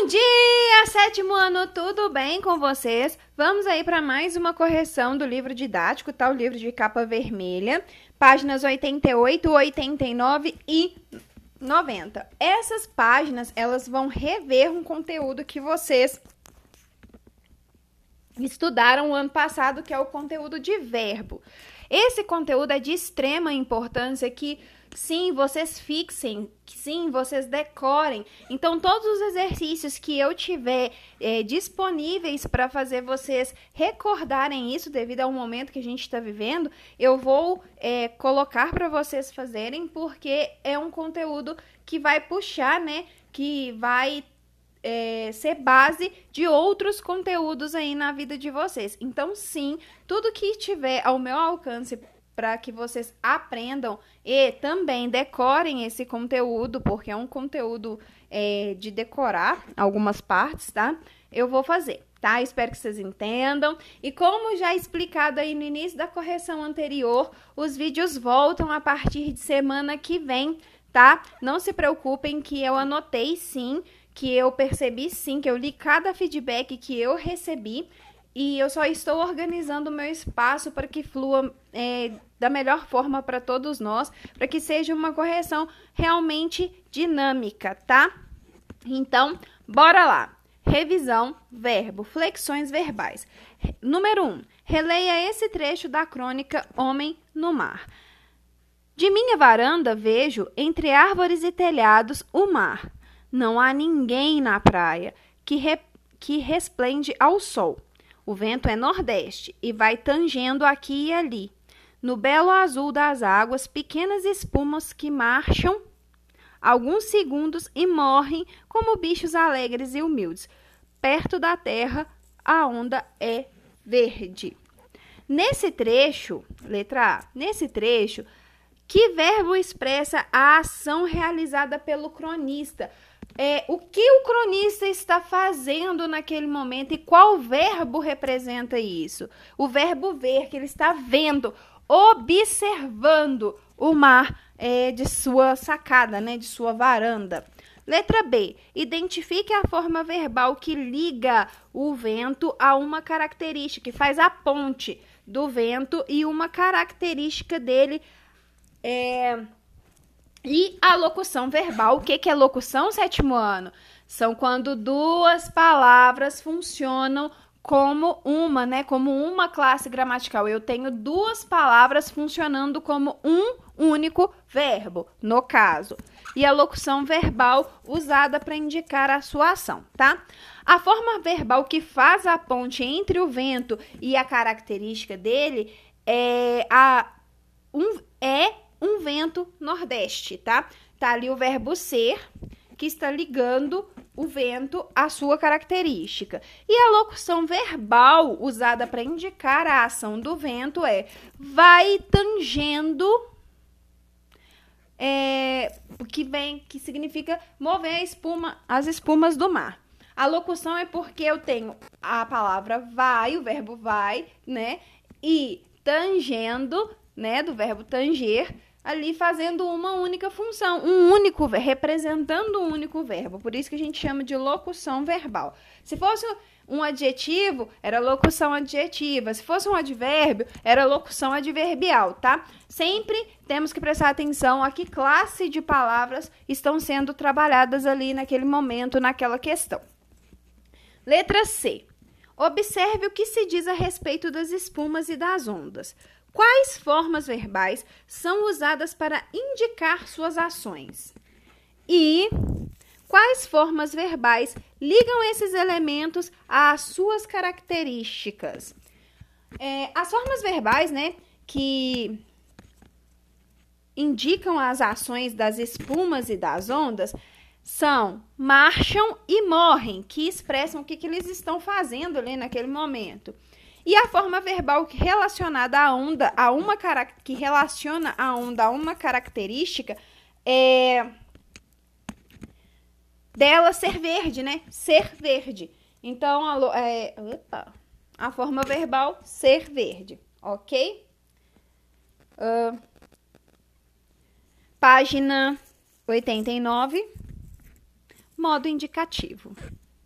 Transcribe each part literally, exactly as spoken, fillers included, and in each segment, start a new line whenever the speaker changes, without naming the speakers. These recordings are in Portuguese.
Bom dia, sétimo ano, tudo bem com vocês? Vamos aí para mais uma correção do livro didático, tá? O livro de capa vermelha, páginas oitenta e oito, oitenta e nove e noventa. Essas páginas, elas vão rever um conteúdo que vocês estudaram o ano passado, que é o conteúdo de verbo. Esse conteúdo é de extrema importância que, sim, vocês fixem, que, sim, vocês decorem. Então, todos os exercícios que eu tiver é, disponíveis para fazer vocês recordarem isso, devido ao momento que a gente está vivendo, eu vou é, colocar para vocês fazerem, porque é um conteúdo que vai puxar, né, que vai É, ser base de outros conteúdos aí na vida de vocês. Então, sim, tudo que tiver ao meu alcance para que vocês aprendam e também decorem esse conteúdo, porque é um conteúdo é, de decorar algumas partes, tá? Eu vou fazer, tá? Espero que vocês entendam. E como já explicado aí no início da correção anterior, os vídeos voltam a partir de semana que vem, tá? Não se preocupem que eu anotei, sim, que eu percebi sim, que eu li cada feedback que eu recebi e eu só estou organizando o meu espaço para que flua é, da melhor forma para todos nós, para que seja uma correção realmente dinâmica, tá? Então, bora lá. Revisão, verbo, flexões verbais. Número um, releia esse trecho da crônica Homem no Mar. De minha varanda vejo, entre árvores e telhados, o mar. Não há ninguém na praia que, re, que resplende ao sol. O vento é nordeste e vai tangendo aqui e ali. No belo azul das águas, pequenas espumas que marcham alguns segundos e morrem como bichos alegres e humildes. Perto da terra, a onda é verde. Nesse trecho, letra A, nesse trecho, que verbo expressa a ação realizada pelo cronista? É, o que o cronista está fazendo naquele momento e qual verbo representa isso? O verbo ver, que ele está vendo, observando o mar é, de sua sacada, né, de sua varanda. Letra B. Identifique a forma verbal que liga o vento a uma característica, que faz a ponte do vento e uma característica dele é... E a locução verbal, o que, que é locução, sétimo ano? São quando duas palavras funcionam como uma, né? Como uma classe gramatical. Eu tenho duas palavras funcionando como um único verbo, no caso. E a locução verbal usada para indicar a sua ação, tá? A forma verbal que faz a ponte entre o vento e a característica dele é a um é um vento nordeste, tá? Tá ali o verbo ser, que está ligando o vento à sua característica. E a locução verbal usada para indicar a ação do vento é vai tangendo, é, que vem, que significa mover a espuma, as espumas do mar. A locução é porque eu tenho a palavra vai, o verbo vai, né? E tangendo, né, do verbo tanger, ali fazendo uma única função, um único, representando um único verbo. Por isso que a gente chama de locução verbal. Se fosse um adjetivo, era locução adjetiva. Se fosse um advérbio, era locução adverbial, tá? Sempre temos que prestar atenção a que classe de palavras estão sendo trabalhadas ali naquele momento, naquela questão. Letra C. Observe o que se diz a respeito das espumas e das ondas. Quais formas verbais são usadas para indicar suas ações? E quais formas verbais ligam esses elementos às suas características? É, as formas verbais, né, que indicam as ações das espumas e das ondas são marcham e morrem, que expressam o que, que eles estão fazendo ali naquele momento. E a forma verbal relacionada à onda, a uma que relaciona a onda a uma característica, é dela ser verde, né? Ser verde. Então, a, é, opa, a forma verbal ser verde, ok? Uh, página oitenta e nove, modo indicativo.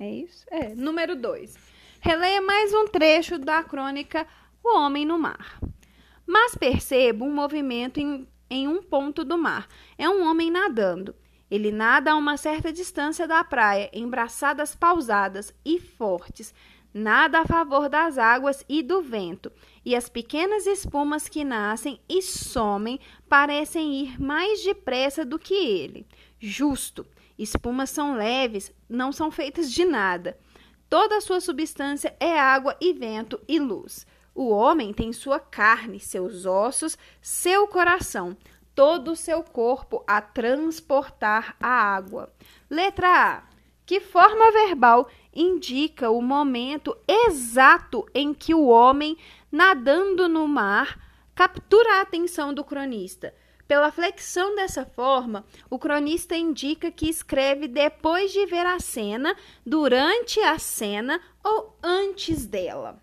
É isso? É. Número dois. Releia mais um trecho da crônica O Homem no Mar. Mas percebo um movimento em, em um ponto do mar. É um homem nadando. Ele nada a uma certa distância da praia, em braçadas pausadas e fortes. Nada a favor das águas e do vento. E as pequenas espumas que nascem e somem parecem ir mais depressa do que ele. Justo. Espumas são leves, não são feitas de nada. Toda a sua substância é água e vento e luz. O homem tem sua carne, seus ossos, seu coração, todo o seu corpo a transportar a água. Letra A. Que forma verbal indica o momento exato em que o homem, nadando no mar, captura a atenção do cronista? Pela flexão dessa forma, o cronista indica que escreve depois de ver a cena, durante a cena ou antes dela.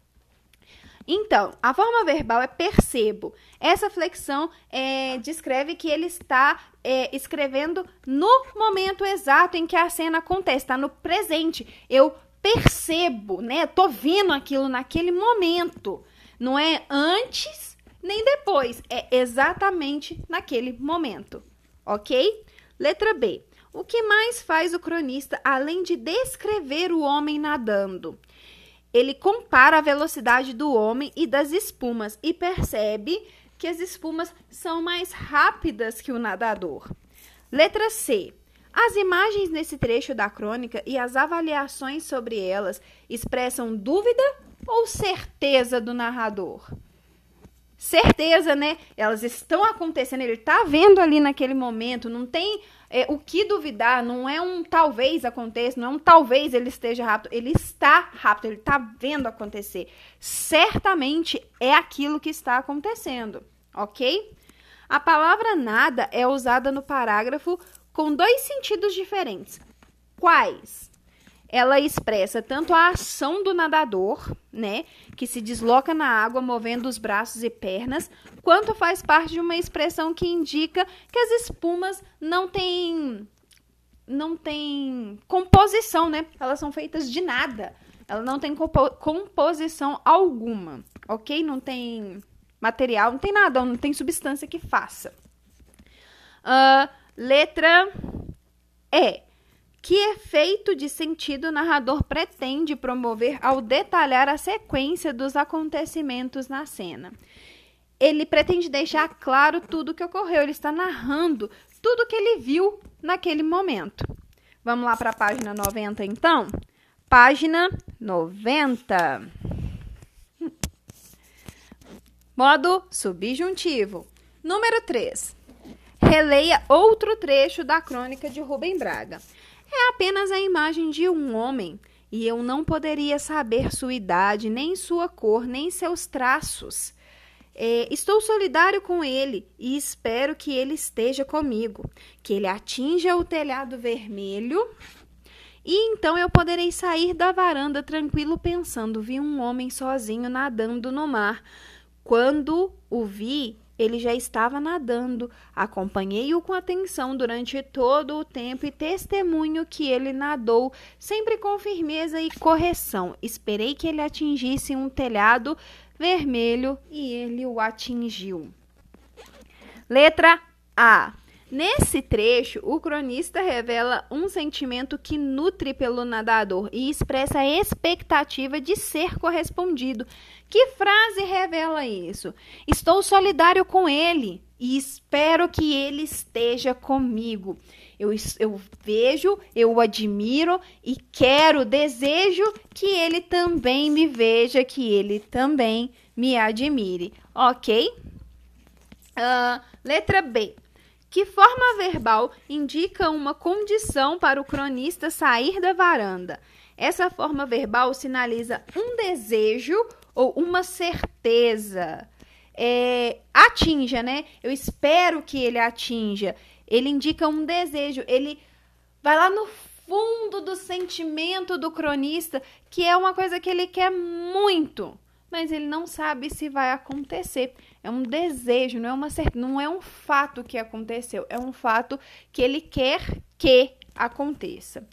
Então, a forma verbal é percebo. Essa flexão é, descreve que ele está é, escrevendo no momento exato em que a cena acontece, está no presente. Eu percebo, né? Tô vendo aquilo naquele momento. Não é antes nem depois, é exatamente naquele momento, ok? Letra B. O que mais faz o cronista além de descrever o homem nadando? Ele compara a velocidade do homem e das espumas e percebe que as espumas são mais rápidas que o nadador. Letra C. As imagens nesse trecho da crônica e as avaliações sobre elas expressam dúvida ou certeza do narrador? Certeza, né? Elas estão acontecendo, ele está vendo ali naquele momento, não tem é, o que duvidar, não é um talvez aconteça, não é um talvez ele esteja rápido, ele está rápido, ele está vendo acontecer. Certamente é aquilo que está acontecendo, ok? A palavra nada é usada no parágrafo com dois sentidos diferentes. Quais? Ela expressa tanto a ação do nadador, né, que se desloca na água movendo os braços e pernas, quanto faz parte de uma expressão que indica que as espumas não têm, não têm composição, né? Elas são feitas de nada. Ela não tem compo composição alguma, ok? Não tem material, não tem nada, não tem substância que faça. Uh, letra E. Que efeito de sentido o narrador pretende promover ao detalhar a sequência dos acontecimentos na cena? Ele pretende deixar claro tudo o que ocorreu, ele está narrando tudo o que ele viu naquele momento. Vamos lá para a página noventa, então? Página noventa. Modo subjuntivo. Número três. Releia outro trecho da crônica de Rubem Braga. É apenas a imagem de um homem, e eu não poderia saber sua idade, nem sua cor, nem seus traços. É, estou solidário com ele e espero que ele esteja comigo, que ele atinja o telhado vermelho, e então eu poderei sair da varanda tranquilo pensando, vi um homem sozinho nadando no mar. Quando o vi, ele já estava nadando. Acompanhei-o com atenção durante todo o tempo e testemunho que ele nadou, sempre com firmeza e correção. Esperei que ele atingisse um telhado vermelho e ele o atingiu. Letra A. Nesse trecho, o cronista revela um sentimento que nutre pelo nadador e expressa a expectativa de ser correspondido. Que frase revela isso? Estou solidário com ele e espero que ele esteja comigo. Eu, eu vejo, eu o admiro e quero, desejo que ele também me veja, que ele também me admire. Ok? Uh, letra B. Que forma verbal indica uma condição para o cronista sair da varanda? Essa forma verbal sinaliza um desejo ou uma certeza. É, atinja, né? Eu espero que ele atinja. Ele indica um desejo. Ele vai lá no fundo do sentimento do cronista, que é uma coisa que ele quer muito, mas ele não sabe se vai acontecer. É um desejo, não é, uma cert... não é um fato que aconteceu, é um fato que ele quer que aconteça.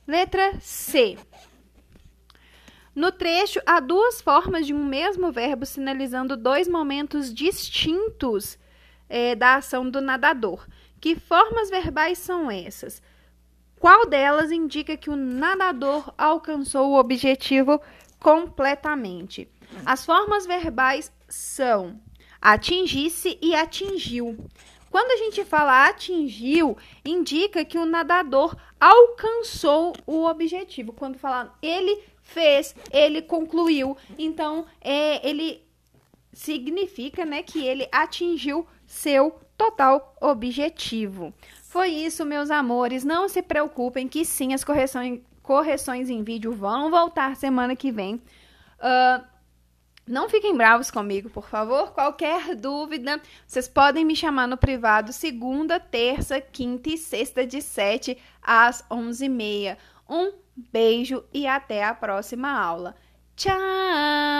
Letra C. No trecho, há duas formas de um mesmo verbo sinalizando dois momentos distintos é, da ação do nadador. Que formas verbais são essas? Qual delas indica que o nadador alcançou o objetivo completamente? As formas verbais são atingir-se e atingiu. Quando a gente fala atingiu, indica que o nadador alcançou o objetivo. Quando fala ele fez, ele concluiu, então é, ele significa, né, que ele atingiu seu total objetivo. Foi isso, meus amores. Não se preocupem que sim, as correções, correções em vídeo vão voltar semana que vem. Uh, não fiquem bravos comigo, por favor. Qualquer dúvida, vocês podem me chamar no privado segunda, terça, quinta e sexta de sete às onze e meia. Um beijo e até a próxima aula. Tchau!